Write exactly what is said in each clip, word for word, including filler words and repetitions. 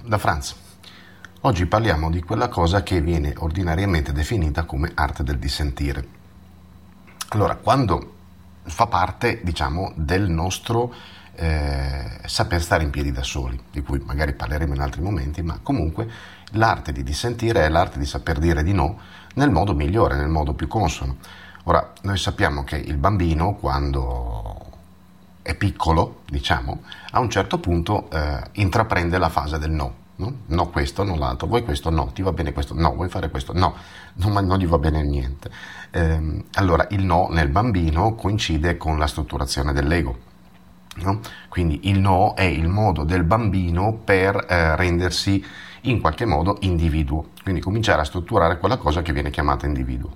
da Franz. Oggi parliamo di quella cosa che viene ordinariamente definita come arte del dissentire. Allora, quando fa parte, diciamo, del nostro eh, saper stare in piedi da soli, di cui magari parleremo in altri momenti, ma comunque l'arte di dissentire è l'arte di saper dire di no nel modo migliore, nel modo più consono. Ora, noi sappiamo che il bambino, quando è piccolo, diciamo, a un certo punto eh, intraprende la fase del no, no, no questo, no l'altro, vuoi questo, no, ti va bene questo, no, vuoi fare questo, no, non, non gli va bene niente. Eh, allora il no nel bambino coincide con la strutturazione dell'ego, no? Quindi il no è il modo del bambino per eh, rendersi in qualche modo individuo, quindi cominciare a strutturare quella cosa che viene chiamata individuo.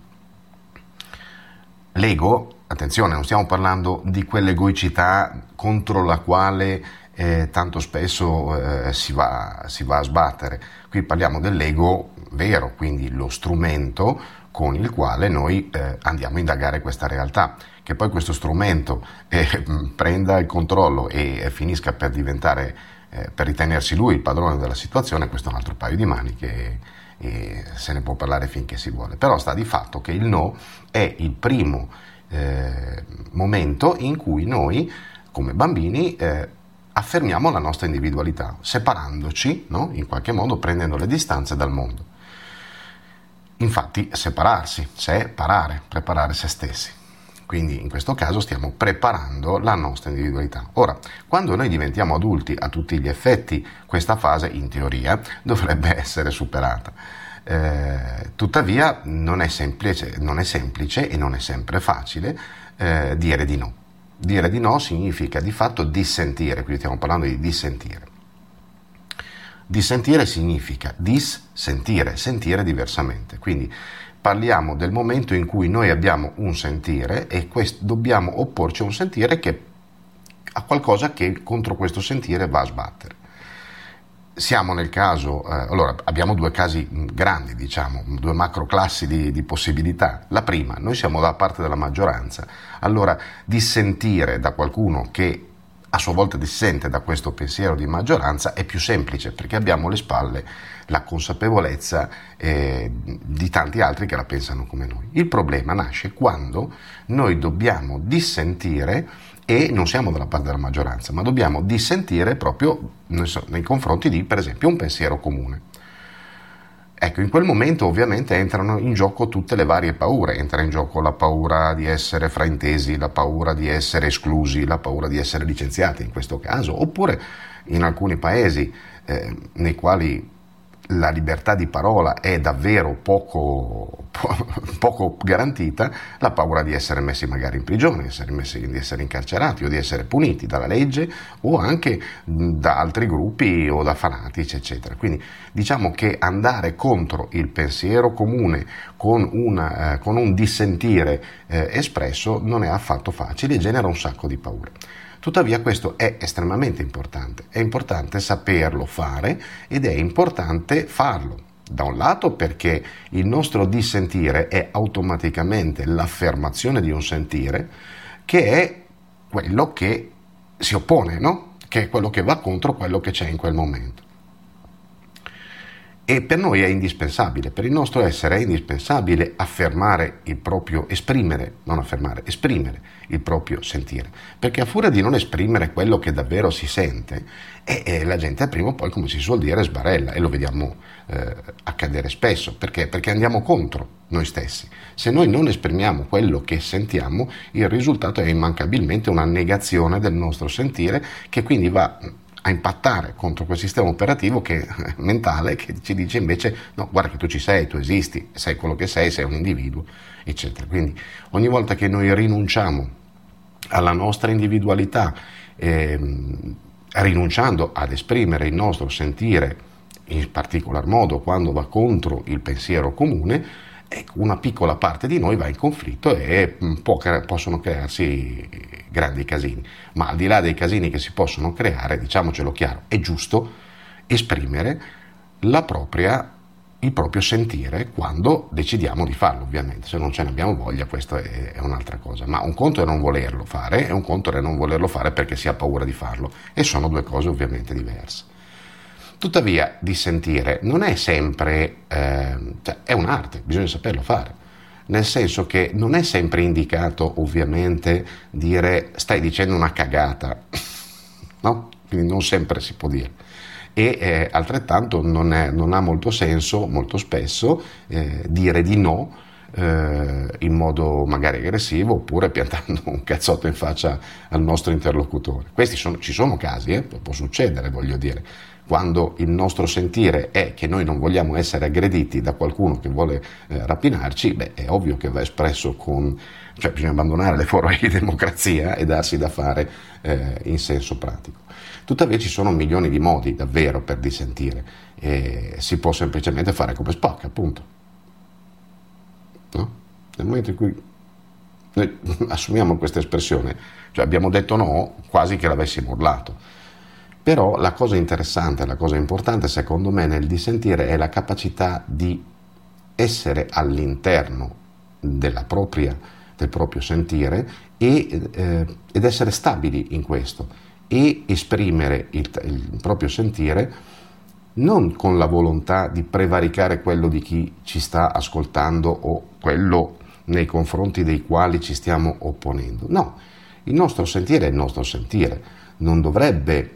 L'ego, attenzione, non stiamo parlando di quell'egoicità contro la quale eh, tanto spesso eh, si, va, si va a sbattere. Qui parliamo dell'ego vero, quindi lo strumento con il quale noi eh, andiamo a indagare questa realtà. Che poi questo strumento eh, prenda il controllo e eh, finisca per diventare, eh, per ritenersi lui il padrone della situazione, questo è un altro paio di maniche. E se ne può parlare finché si vuole, però sta di fatto che il no è il primo eh, momento in cui noi come bambini eh, affermiamo la nostra individualità, separandoci, no? In qualche modo prendendo le distanze dal mondo. Infatti separarsi, separare, preparare se stessi. Quindi in questo caso stiamo preparando la nostra individualità. Ora, quando noi diventiamo adulti a tutti gli effetti, questa fase in teoria dovrebbe essere superata. Eh, tuttavia non è semplice, non è semplice e non è sempre facile eh, dire di no. Dire di no significa di fatto dissentire, quindi stiamo parlando di dissentire. Dissentire significa dissentire, sentire diversamente. Quindi parliamo del momento in cui noi abbiamo un sentire e quest- dobbiamo opporci a un sentire che a qualcosa che contro questo sentire va a sbattere. Siamo nel caso, eh, allora abbiamo due casi grandi, diciamo, due macro classi di, di possibilità. La prima, noi siamo dalla parte della maggioranza, allora dissentire da qualcuno che a sua volta dissente da questo pensiero di maggioranza è più semplice perché abbiamo alle spalle la consapevolezza eh, di tanti altri che la pensano come noi. Il problema nasce quando noi dobbiamo dissentire e non siamo dalla parte della maggioranza, ma dobbiamo dissentire proprio nei confronti di, per esempio, un pensiero comune. Ecco, in quel momento ovviamente entrano in gioco tutte le varie paure, entra in gioco la paura di essere fraintesi, la paura di essere esclusi, la paura di essere licenziati in questo caso, oppure in alcuni paesi eh, nei quali la libertà di parola è davvero poco, po- poco garantita, la paura di essere messi magari in prigione, di essere, messi, di essere incarcerati o di essere puniti dalla legge o anche da altri gruppi o da fanatici, eccetera. Quindi diciamo che andare contro il pensiero comune con, una, eh, con un dissentire eh, espresso non è affatto facile e genera un sacco di paure. Tuttavia questo è estremamente importante, è importante saperlo fare ed è importante farlo. Da un lato perché il nostro dissentire è automaticamente l'affermazione di un sentire che è quello che si oppone, no? Che è quello che va contro quello che c'è in quel momento. E per noi è indispensabile, per il nostro essere è indispensabile affermare il proprio, esprimere, non affermare, esprimere il proprio sentire, perché a furia di non esprimere quello che davvero si sente, e, e la gente prima o poi, come si suol dire, sbarella, e lo vediamo eh, accadere spesso, perché? Perché andiamo contro noi stessi. Se noi non esprimiamo quello che sentiamo, il risultato è immancabilmente una negazione del nostro sentire, che quindi va a impattare contro quel sistema operativo che, mentale che ci dice invece no, guarda che tu ci sei, tu esisti, sei quello che sei, sei un individuo, eccetera. Quindi ogni volta che noi rinunciamo alla nostra individualità, ehm, rinunciando ad esprimere il nostro sentire, in particolar modo quando va contro il pensiero comune, ecco, una piccola parte di noi va in conflitto e può, possono crearsi grandi casini, ma al di là dei casini che si possono creare, diciamocelo chiaro, è giusto esprimere la propria, il proprio sentire quando decidiamo di farlo, ovviamente. Se non ce ne abbiamo voglia, questa è, è un'altra cosa, ma un conto è non volerlo fare e un conto è non volerlo fare perché si ha paura di farlo, e sono due cose ovviamente diverse. Tuttavia, dissentire non è sempre, eh, cioè è un'arte, bisogna saperlo fare. Nel senso che non è sempre indicato, ovviamente, dire stai dicendo una cagata, no? Quindi non sempre si può dire. E eh, altrettanto non, è, non ha molto senso, molto spesso, eh, dire di no eh, in modo magari aggressivo oppure piantando un cazzotto in faccia al nostro interlocutore. Questi sono, ci sono casi, eh, può succedere, voglio dire. Quando il nostro sentire è che noi non vogliamo essere aggrediti da qualcuno che vuole eh, rapinarci, beh, è ovvio che va espresso con, cioè bisogna abbandonare le forme di democrazia e darsi da fare eh, in senso pratico. Tuttavia ci sono milioni di modi davvero per dissentire, e si può semplicemente fare come Spock, appunto. No? Nel momento in cui noi assumiamo questa espressione, cioè abbiamo detto no, quasi che l'avessimo urlato. Però la cosa interessante, la cosa importante secondo me nel dissentire è la capacità di essere all'interno della propria, del proprio sentire e, eh, ed essere stabili in questo e esprimere il, il proprio sentire non con la volontà di prevaricare quello di chi ci sta ascoltando o quello nei confronti dei quali ci stiamo opponendo. No, il nostro sentire è il nostro sentire, non dovrebbe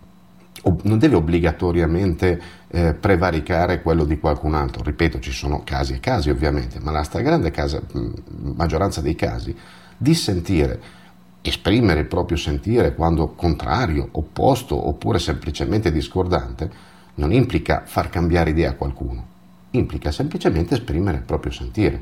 non deve obbligatoriamente eh, prevaricare quello di qualcun altro. Ripeto, ci sono casi e casi ovviamente, ma la stragrande casa, maggioranza dei casi, dissentire, esprimere il proprio sentire quando contrario, opposto oppure semplicemente discordante, non implica far cambiare idea a qualcuno, implica semplicemente esprimere il proprio sentire.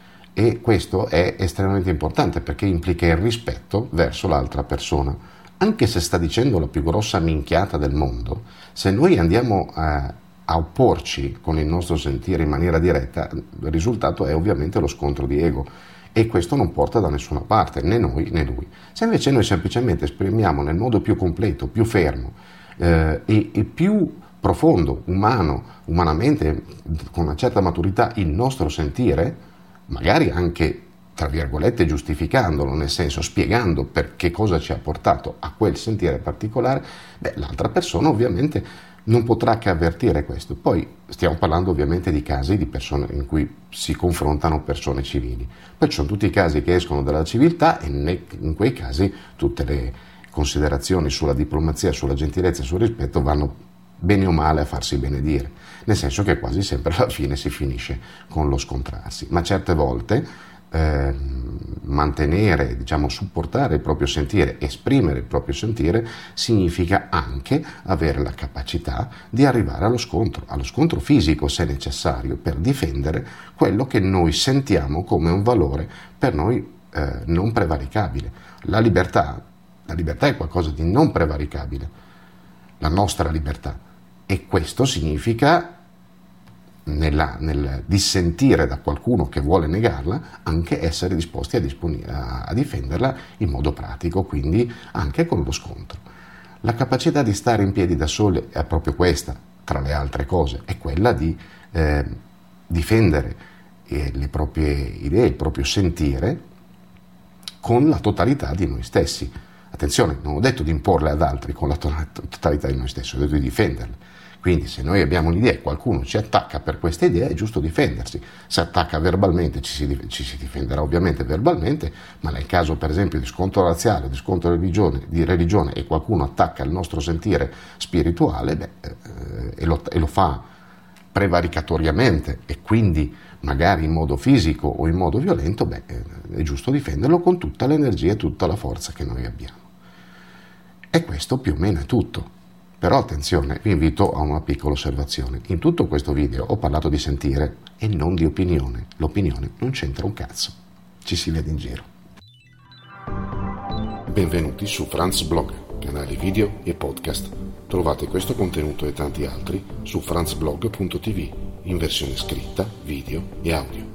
E questo è estremamente importante perché implica il rispetto verso l'altra persona. Anche se sta dicendo la più grossa minchiata del mondo, se noi andiamo a, a opporci con il nostro sentire in maniera diretta, il risultato è ovviamente lo scontro di ego e questo non porta da nessuna parte, né noi né lui. Se invece noi semplicemente esprimiamo nel modo più completo, più fermo eh, e, e più profondo, umano, umanamente, con una certa maturità, il nostro sentire, magari anche tra virgolette giustificandolo, nel senso spiegando per che cosa ci ha portato a quel sentire particolare, beh, l'altra persona ovviamente non potrà che avvertire questo. Poi stiamo parlando ovviamente di casi di persone in cui si confrontano persone civili. Poi ci sono tutti i casi che escono dalla civiltà e in quei casi tutte le considerazioni sulla diplomazia, sulla gentilezza e sul rispetto vanno bene o male a farsi benedire, nel senso che quasi sempre alla fine si finisce con lo scontrarsi. Ma certe volte Eh, mantenere, diciamo, supportare il proprio sentire, esprimere il proprio sentire significa anche avere la capacità di arrivare allo scontro, allo scontro fisico se necessario, per difendere quello che noi sentiamo come un valore per noi eh, non prevaricabile. La libertà, la libertà è qualcosa di non prevaricabile, la nostra libertà, e questo significa Nella, nel dissentire da qualcuno che vuole negarla, anche essere disposti a, disponi- a, a difenderla in modo pratico, quindi anche con lo scontro. La capacità di stare in piedi da soli è proprio questa, tra le altre cose, è quella di eh, difendere eh, le proprie idee, il proprio sentire con la totalità di noi stessi. Attenzione, non ho detto di imporle ad altri con la to- totalità di noi stessi, ho detto di difenderle. Quindi se noi abbiamo un'idea e qualcuno ci attacca per questa idea, è giusto difendersi. Se attacca verbalmente ci si, ci si difenderà ovviamente verbalmente, ma nel caso per esempio di scontro razziale, di scontro religione, di religione e qualcuno attacca il nostro sentire spirituale, beh, eh, e, lo, e lo fa prevaricatoriamente e quindi magari in modo fisico o in modo violento, beh, è giusto difenderlo con tutta l'energia e tutta la forza che noi abbiamo. E questo più o meno è tutto. Però attenzione, vi invito a una piccola osservazione. In tutto questo video ho parlato di sentire e non di opinione. L'opinione non c'entra un cazzo. Ci si vede in giro. Benvenuti su Franz Blog, canale video e podcast. Trovate questo contenuto e tanti altri su franzblog punto tv in versione scritta, video e audio.